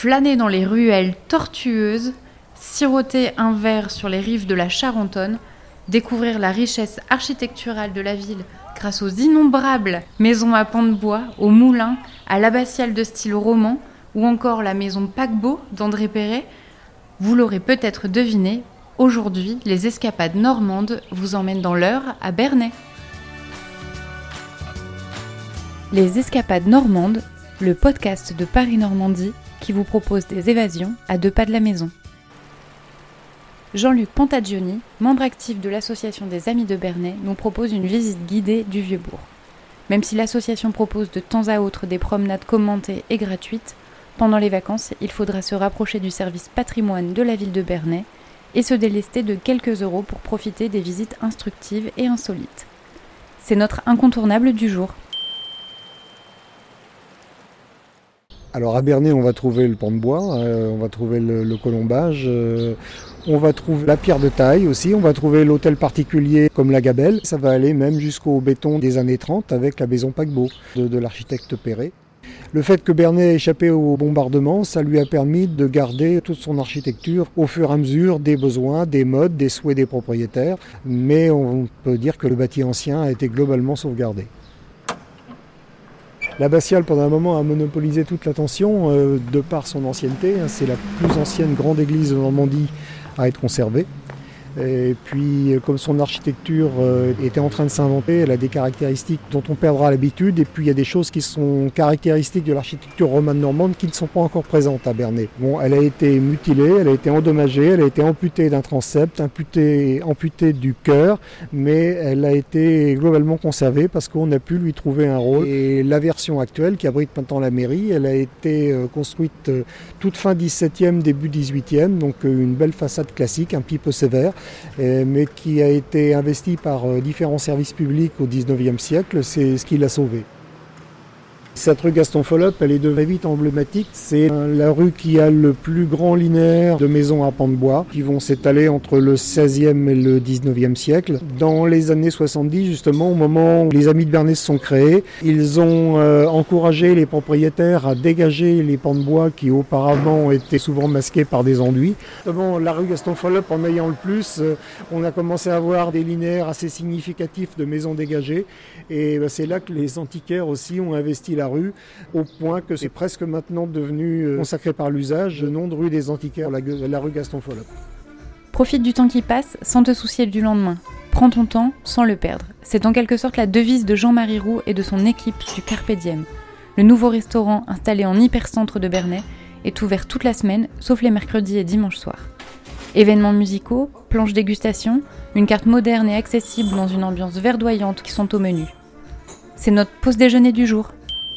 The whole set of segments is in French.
Flâner dans les ruelles tortueuses, siroter un verre sur les rives de la Charentonne, découvrir la richesse architecturale de la ville grâce aux innombrables maisons à pans de bois, aux moulins, à l'abbatiale de style roman ou encore la maison paquebot d'André Perret, vous l'aurez peut-être deviné, aujourd'hui, les escapades normandes vous emmènent dans l'Eure à Bernay. Les escapades normandes, le podcast de Paris-Normandie qui vous propose des évasions à 2 pas de la maison. Jean-Luc Pantagioni, membre actif de l'association des Amis de Bernay, nous propose une visite guidée du Vieux-Bourg. Même si l'association propose de temps à autre des promenades commentées et gratuites, pendant les vacances, il faudra se rapprocher du service patrimoine de la ville de Bernay et se délester de quelques euros pour profiter des visites instructives et insolites. C'est notre incontournable du jour. Alors à Bernay, on va trouver le pan de bois, on va trouver le colombage, on va trouver la pierre de taille aussi, on va trouver l'hôtel particulier comme la Gabelle. Ça va aller même jusqu'au béton des années 30 avec la maison paquebot de l'architecte Perret. Le fait que Bernay ait échappé au bombardement, ça lui a permis de garder toute son architecture au fur et à mesure des besoins, des modes, des souhaits des propriétaires. Mais on peut dire que le bâti ancien a été globalement sauvegardé. L'abbatiale, pendant un moment, a monopolisé toute l'attention de par son ancienneté. C'est la plus ancienne grande église de Normandie à être conservée. Et puis, comme son architecture était en train de s'inventer, elle a des caractéristiques dont on perdra l'habitude. Et puis, il y a des choses qui sont caractéristiques de l'architecture romane normande qui ne sont pas encore présentes à Bernay. Bon, elle a été mutilée, elle a été endommagée, elle a été amputée d'un transept, amputée du chœur, mais elle a été globalement conservée parce qu'on a pu lui trouver un rôle. Et la version actuelle, qui abrite maintenant la mairie, elle a été construite toute fin 17e, début 18e, donc une belle façade classique, un petit peu sévère, mais qui a été investi par différents services publics au 19e siècle, c'est ce qui l'a sauvé. Cette rue Gaston Follop, elle est devenue vite emblématique. C'est la rue qui a le plus grand linéaire de maisons à pans de bois qui vont s'étaler entre le 16e et le 19e siècle. Dans les années 70, justement, au moment où les Amis de Bernay se sont créés, ils ont encouragé les propriétaires à dégager les pans de bois qui auparavant étaient souvent masqués par des enduits. Justement, la rue Gaston Follop en ayant le plus, on a commencé à avoir des linéaires assez significatifs de maisons dégagées. Et c'est là que les antiquaires aussi ont investi la rue, au point que c'est presque maintenant devenu consacré par l'usage, le nom de rue des antiquaires, la rue Gaston Follop. Profite du temps qui passe sans te soucier du lendemain. Prends ton temps sans le perdre. C'est en quelque sorte la devise de Jean-Marie Roux et de son équipe du Carpe Diem. Le nouveau restaurant installé en hypercentre de Bernay est ouvert toute la semaine, sauf les mercredis et dimanches soirs. Événements musicaux, planches dégustation, une carte moderne et accessible dans une ambiance verdoyante qui sont au menu. C'est notre pause déjeuner du jour.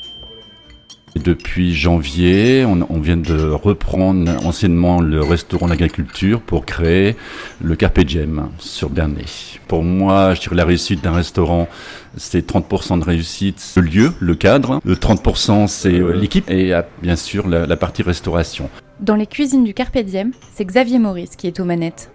Depuis janvier, on vient de reprendre anciennement le restaurant de l'agriculture pour créer le Carpe Diem sur Bernay. Pour moi, je dirais la réussite d'un restaurant, c'est 30% de réussite, le lieu, le cadre. Le 30%, c'est l'équipe et bien sûr la partie restauration. Dans les cuisines du Carpe Diem, c'est Xavier Maurice qui est aux manettes.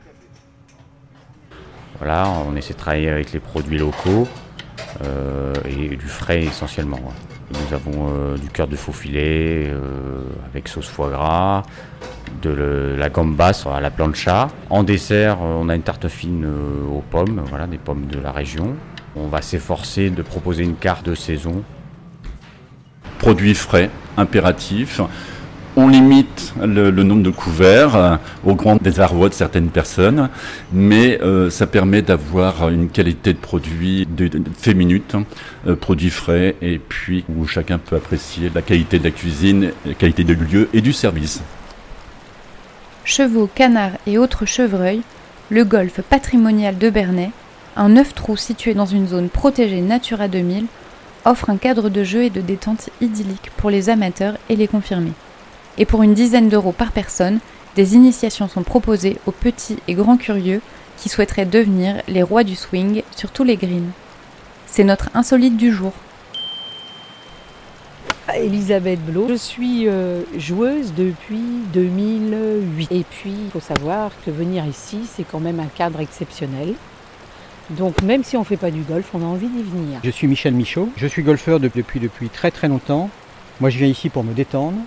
Voilà, on essaie de travailler avec les produits locaux et du frais essentiellement. Ouais. Nous avons du cœur de faux filet avec sauce foie gras, de la gamba à la plancha. En dessert, on a une tarte fine aux pommes, voilà, des pommes de la région. On va s'efforcer de proposer une carte de saison. Produits frais, impératifs. On limite le nombre de couverts au grand désarroi de certaines personnes, mais ça permet d'avoir une qualité de produit de fait minute, produits frais, et puis où chacun peut apprécier la qualité de la cuisine, la qualité du lieu et du service. Chevaux, canards et autres chevreuils, le golfe patrimonial de Bernay, un 9 trous situé dans une zone protégée Natura 2000, offre un cadre de jeu et de détente idyllique pour les amateurs et les confirmés. Et pour une dizaine d'euros par personne, des initiations sont proposées aux petits et grands curieux qui souhaiteraient devenir les rois du swing sur tous les greens. C'est notre insolite du jour. Elisabeth Blot, je suis joueuse depuis 2008. Et puis, il faut savoir que venir ici, c'est quand même un cadre exceptionnel. Donc même si on ne fait pas du golf, on a envie d'y venir. Je suis Michel Michaud, je suis golfeur depuis très très longtemps. Moi je viens ici pour me détendre,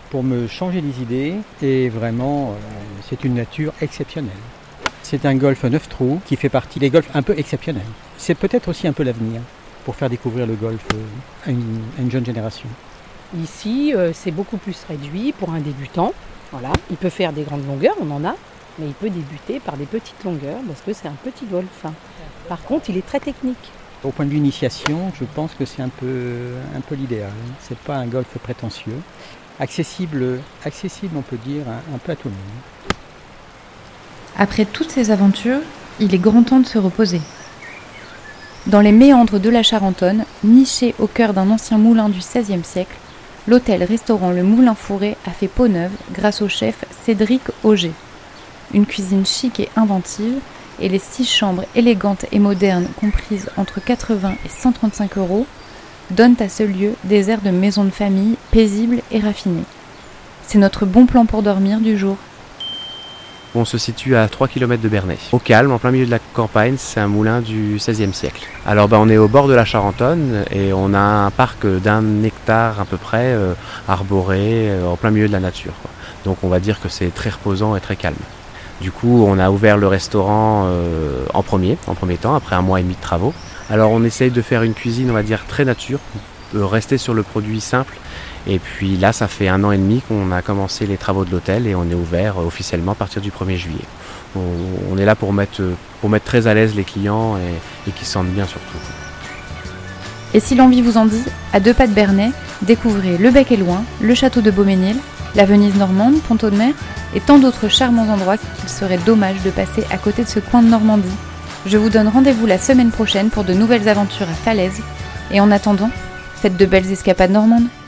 pour me changer les idées et vraiment c'est une nature exceptionnelle. C'est un golf 9 trous qui fait partie des golfs un peu exceptionnels. C'est peut-être aussi un peu l'avenir pour faire découvrir le golf à une jeune génération. Ici, c'est beaucoup plus réduit pour un débutant. Voilà. Il peut faire des grandes longueurs, on en a, mais il peut débuter par des petites longueurs parce que c'est un petit golf. Par contre, il est très technique. Au point de vue initiation, je pense que c'est un peu l'idéal. C'est pas un golf prétentieux. Accessible, on peut dire, un peu à tout le monde. Après toutes ces aventures, il est grand temps de se reposer. Dans les méandres de la Charentonne, niché au cœur d'un ancien moulin du XVIe siècle, l'hôtel-restaurant Le Moulin Fourré a fait peau neuve grâce au chef Cédric Auger. Une cuisine chic et inventive, et les 6 chambres élégantes et modernes comprises entre 80 et 135 € donnent à ce lieu des airs de maison de famille paisible et raffinée. C'est notre bon plan pour dormir du jour. On se situe à 3 km de Bernay. Au calme, en plein milieu de la campagne, c'est un moulin du XVIe siècle. Alors on est au bord de la Charentonne et on a un parc d'1 hectare à peu près, arboré, en plein milieu de la nature. Donc on va dire que c'est très reposant et très calme. Du coup, on a ouvert le restaurant en premier temps, après 1 mois et demi de travaux. Alors on essaye de faire une cuisine, on va dire, très nature, rester sur le produit simple. Et puis là, ça fait 1 an et demi qu'on a commencé les travaux de l'hôtel et on est ouvert officiellement à partir du 1er juillet. On est là pour mettre très à l'aise les clients et qu'ils se sentent bien surtout. Et si l'envie vous en dit, à 2 pas de Bernay, découvrez le Bec et Loing, le château de Beaumesnil, la Venise normande, Pont-Audemer et tant d'autres charmants endroits qu'il serait dommage de passer à côté de ce coin de Normandie. Je vous donne rendez-vous la semaine prochaine pour de nouvelles aventures à Falaise. Et en attendant, faites de belles escapades normandes.